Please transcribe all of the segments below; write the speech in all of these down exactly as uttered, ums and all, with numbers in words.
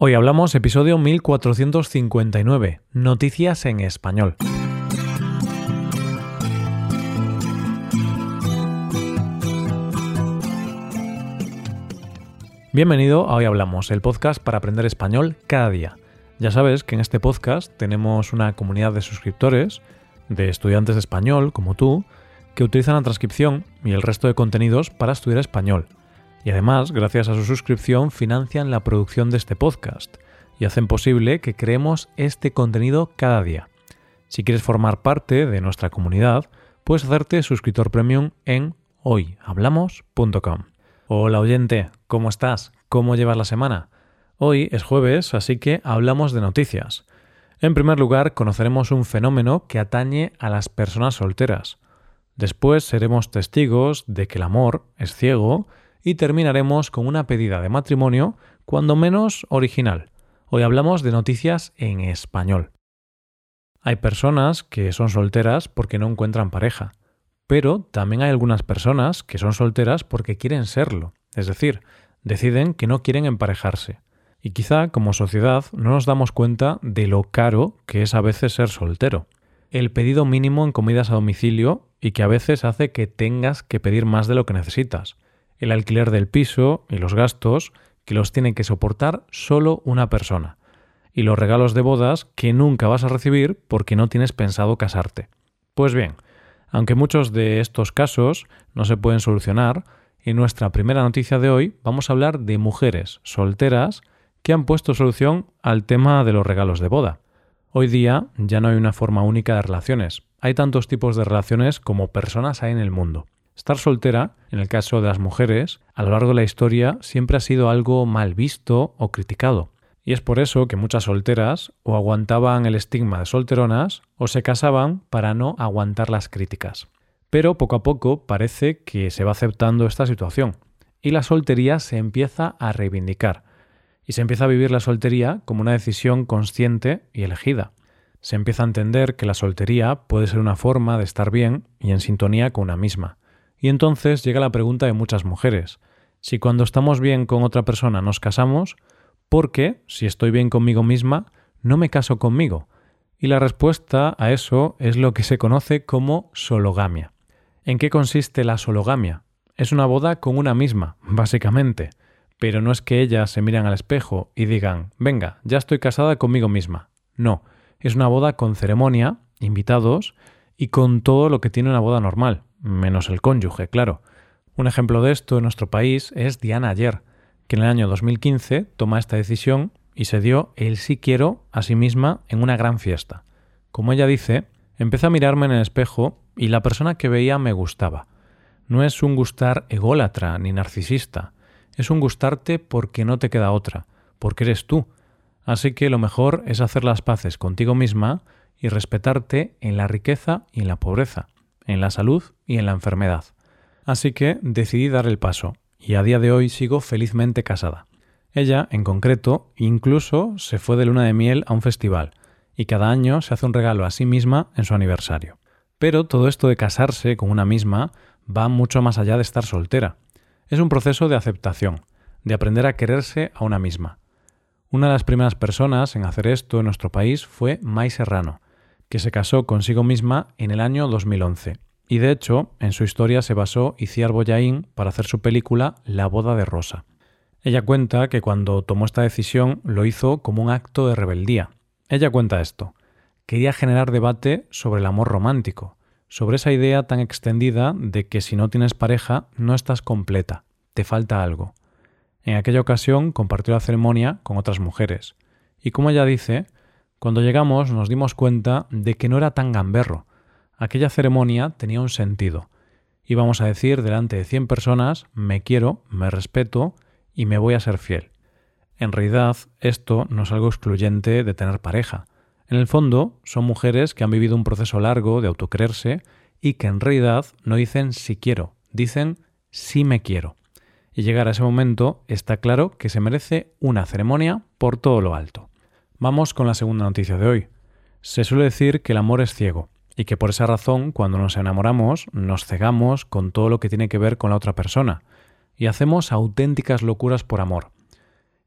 Hoy hablamos episodio mil cuatrocientos cincuenta y nueve, Noticias en Español. Bienvenido a Hoy Hablamos, el podcast para aprender español cada día. Ya sabes que en este podcast tenemos una comunidad de suscriptores, de estudiantes de español como tú, que utilizan la transcripción y el resto de contenidos para estudiar español. Y además, gracias a su suscripción, financian la producción de este podcast y hacen posible que creemos este contenido cada día. Si quieres formar parte de nuestra comunidad, puedes hacerte suscriptor premium en hoy hablamos punto com. Hola oyente, ¿cómo estás? ¿Cómo llevas la semana? Hoy es jueves, así que hablamos de noticias. En primer lugar, conoceremos un fenómeno que atañe a las personas solteras. Después seremos testigos de que el amor es ciego y terminaremos con una pedida de matrimonio, cuando menos original. Hoy hablamos de noticias en español. Hay personas que son solteras porque no encuentran pareja, pero también hay algunas personas que son solteras porque quieren serlo, es decir, deciden que no quieren emparejarse. Y quizá como sociedad no nos damos cuenta de lo caro que es a veces ser soltero. El pedido mínimo en comidas a domicilio y que a veces hace que tengas que pedir más de lo que necesitas. El alquiler del piso y los gastos que los tiene que soportar solo una persona. Y los regalos de bodas que nunca vas a recibir porque no tienes pensado casarte. Pues bien, aunque muchos de estos casos no se pueden solucionar, en nuestra primera noticia de hoy vamos a hablar de mujeres solteras que han puesto solución al tema de los regalos de boda. Hoy día ya no hay una forma única de relaciones. Hay tantos tipos de relaciones como personas hay en el mundo. Estar soltera, en el caso de las mujeres, a lo largo de la historia siempre ha sido algo mal visto o criticado. Y es por eso que muchas solteras o aguantaban el estigma de solteronas o se casaban para no aguantar las críticas. Pero poco a poco parece que se va aceptando esta situación y la soltería se empieza a reivindicar. Y se empieza a vivir la soltería como una decisión consciente y elegida. Se empieza a entender que la soltería puede ser una forma de estar bien y en sintonía con una misma. Y entonces llega la pregunta de muchas mujeres. Si cuando estamos bien con otra persona nos casamos, ¿por qué, si estoy bien conmigo misma, no me caso conmigo? Y la respuesta a eso es lo que se conoce como sologamia. ¿En qué consiste la sologamia? Es una boda con una misma, básicamente. Pero no es que ellas se miren al espejo y digan, venga, ya estoy casada conmigo misma. No, es una boda con ceremonia, invitados y con todo lo que tiene una boda normal, menos el cónyuge, claro. Un ejemplo de esto en nuestro país es Diana Ayer, que en el año dos mil quince toma esta decisión y se dio el sí quiero a sí misma en una gran fiesta. Como ella dice, empecé a mirarme en el espejo y la persona que veía me gustaba. No es un gustar ególatra ni narcisista. Es un gustarte porque no te queda otra, porque eres tú. Así que lo mejor es hacer las paces contigo misma y respetarte en la riqueza y en la pobreza, en la salud y en la enfermedad. Así que decidí dar el paso y a día de hoy sigo felizmente casada. Ella, en concreto, incluso se fue de luna de miel a un festival y cada año se hace un regalo a sí misma en su aniversario. Pero todo esto de casarse con una misma va mucho más allá de estar soltera. Es un proceso de aceptación, de aprender a quererse a una misma. Una de las primeras personas en hacer esto en nuestro país fue May Serrano, que se casó consigo misma en el año dos mil once. Y de hecho, en su historia se basó Itziar Bollaín para hacer su película La boda de Rosa. Ella cuenta que cuando tomó esta decisión lo hizo como un acto de rebeldía. Ella cuenta esto. Quería generar debate sobre el amor romántico, sobre esa idea tan extendida de que si no tienes pareja no estás completa, te falta algo. En aquella ocasión compartió la ceremonia con otras mujeres. Y como ella dice, cuando llegamos nos dimos cuenta de que no era tan gamberro. Aquella ceremonia tenía un sentido. Íbamos a decir delante de cien personas, me quiero, me respeto y me voy a ser fiel. En realidad, esto no es algo excluyente de tener pareja. En el fondo, son mujeres que han vivido un proceso largo de autocreerse y que en realidad no dicen sí quiero, dicen sí me quiero. Y llegar a ese momento está claro que se merece una ceremonia por todo lo alto. Vamos con la segunda noticia de hoy. Se suele decir que el amor es ciego y que por esa razón, cuando nos enamoramos, nos cegamos con todo lo que tiene que ver con la otra persona y hacemos auténticas locuras por amor.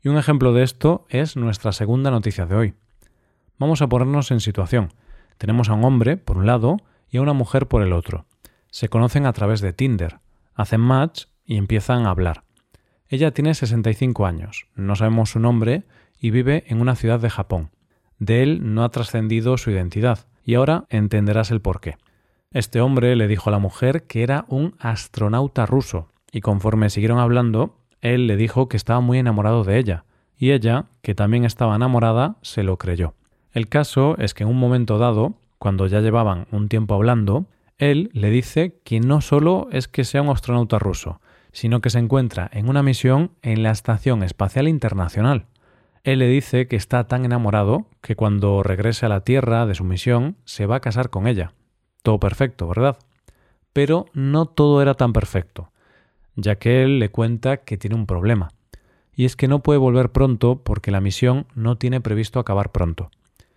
Y un ejemplo de esto es nuestra segunda noticia de hoy. Vamos a ponernos en situación. Tenemos a un hombre por un lado y a una mujer por el otro. Se conocen a través de Tinder, hacen match y empiezan a hablar. Ella tiene sesenta y cinco años, no sabemos su nombre y vive en una ciudad de Japón. De él no ha trascendido su identidad y ahora entenderás el porqué. Este hombre le dijo a la mujer que era un astronauta ruso y conforme siguieron hablando, él le dijo que estaba muy enamorado de ella y ella, que también estaba enamorada, se lo creyó. El caso es que en un momento dado, cuando ya llevaban un tiempo hablando, él le dice que no solo es que sea un astronauta ruso, sino que se encuentra en una misión en la Estación Espacial Internacional. Él le dice que está tan enamorado que cuando regrese a la Tierra de su misión se va a casar con ella. Todo perfecto, ¿verdad? Pero no todo era tan perfecto, ya que él le cuenta que tiene un problema. Y es que no puede volver pronto porque la misión no tiene previsto acabar pronto.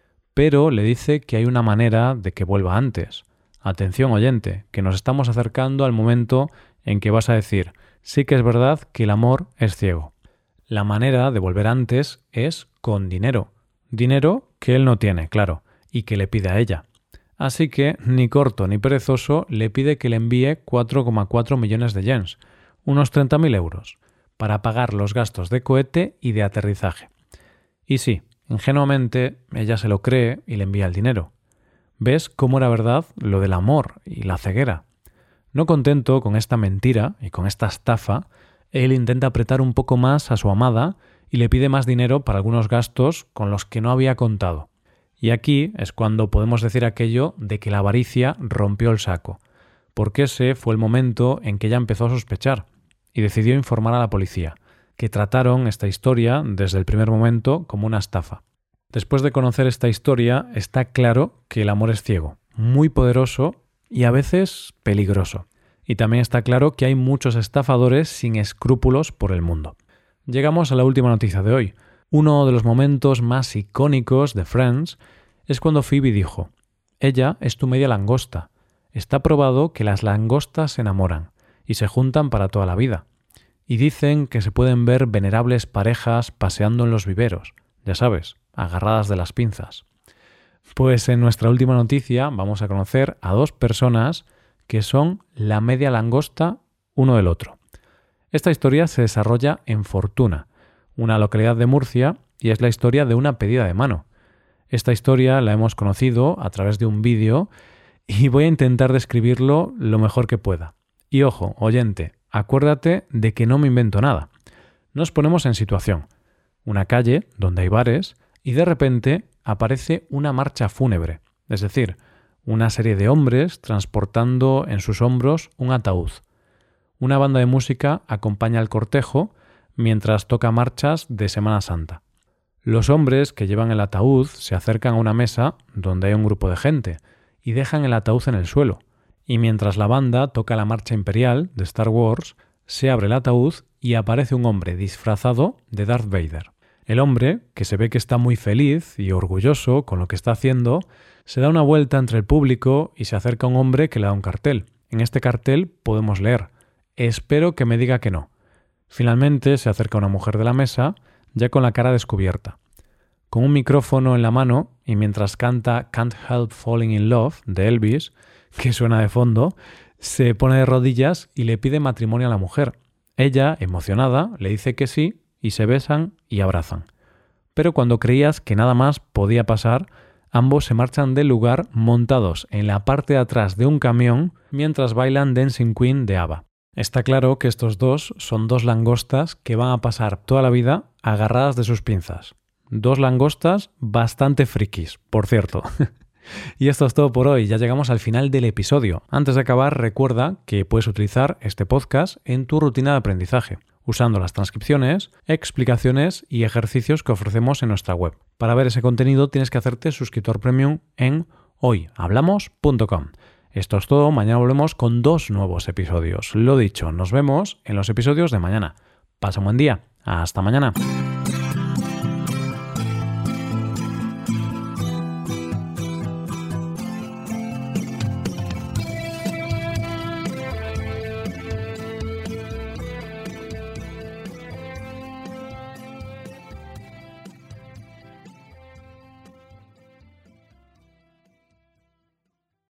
Pero le dice que hay una manera de que vuelva antes. Atención, oyente, que nos estamos acercando al momento en que vas a decir, sí que es verdad que el amor es ciego. La manera de volver antes es con dinero. Dinero que él no tiene, claro, y que le pide a ella. Así que, ni corto ni perezoso, le pide que le envíe cuatro coma cuatro millones de yens, unos treinta mil euros, para pagar los gastos de cohete y de aterrizaje. Y sí, ingenuamente, ella se lo cree y le envía el dinero. ¿Ves cómo era verdad lo del amor y la ceguera? No contento con esta mentira y con esta estafa, él intenta apretar un poco más a su amada y le pide más dinero para algunos gastos con los que no había contado. Y aquí es cuando podemos decir aquello de que la avaricia rompió el saco, porque ese fue el momento en que ella empezó a sospechar y decidió informar a la policía, que trataron esta historia desde el primer momento como una estafa. Después de conocer esta historia, está claro que el amor es ciego, muy poderoso y a veces peligroso. Y también está claro que hay muchos estafadores sin escrúpulos por el mundo. Llegamos a la última noticia de hoy. Uno de los momentos más icónicos de Friends es cuando Phoebe dijo: «Ella es tu media langosta. Está probado que las langostas se enamoran y se juntan para toda la vida. Y dicen que se pueden ver venerables parejas paseando en los viveros, ya sabes, agarradas de las pinzas». Pues en nuestra última noticia vamos a conocer a dos personas que son la media langosta uno del otro. Esta historia se desarrolla en Fortuna, una localidad de Murcia, y es la historia de una pedida de mano. Esta historia la hemos conocido a través de un vídeo y voy a intentar describirlo lo mejor que pueda. Y ojo, oyente, acuérdate de que no me invento nada. Nos ponemos en situación. Una calle donde hay bares y de repente aparece una marcha fúnebre, es decir, una serie de hombres transportando en sus hombros un ataúd. Una banda de música acompaña al cortejo mientras toca marchas de Semana Santa. Los hombres que llevan el ataúd se acercan a una mesa donde hay un grupo de gente y dejan el ataúd en el suelo. Y mientras la banda toca la marcha imperial de Star Wars, se abre el ataúd y aparece un hombre disfrazado de Darth Vader. El hombre, que se ve que está muy feliz y orgulloso con lo que está haciendo, se da una vuelta entre el público y se acerca a un hombre que le da un cartel. En este cartel podemos leer: «Espero que me diga que no». Finalmente se acerca una mujer de la mesa, ya con la cara descubierta. Con un micrófono en la mano y mientras canta Can't Help Falling in Love de Elvis, que suena de fondo, se pone de rodillas y le pide matrimonio a la mujer. Ella, emocionada, le dice que sí y se besan y abrazan. Pero cuando creías que nada más podía pasar, ambos se marchan del lugar montados en la parte de atrás de un camión mientras bailan Dancing Queen de ABBA. Está claro que estos dos son dos langostas que van a pasar toda la vida agarradas de sus pinzas. Dos langostas bastante frikis, por cierto. Y esto es todo por hoy, ya llegamos al final del episodio. Antes de acabar, recuerda que puedes utilizar este podcast en tu rutina de aprendizaje, usando las transcripciones, explicaciones y ejercicios que ofrecemos en nuestra web. Para ver ese contenido tienes que hacerte suscriptor premium en hoy hablamos punto com. Esto es todo, mañana volvemos con dos nuevos episodios. Lo dicho, nos vemos en los episodios de mañana. Pasa un buen día, hasta mañana.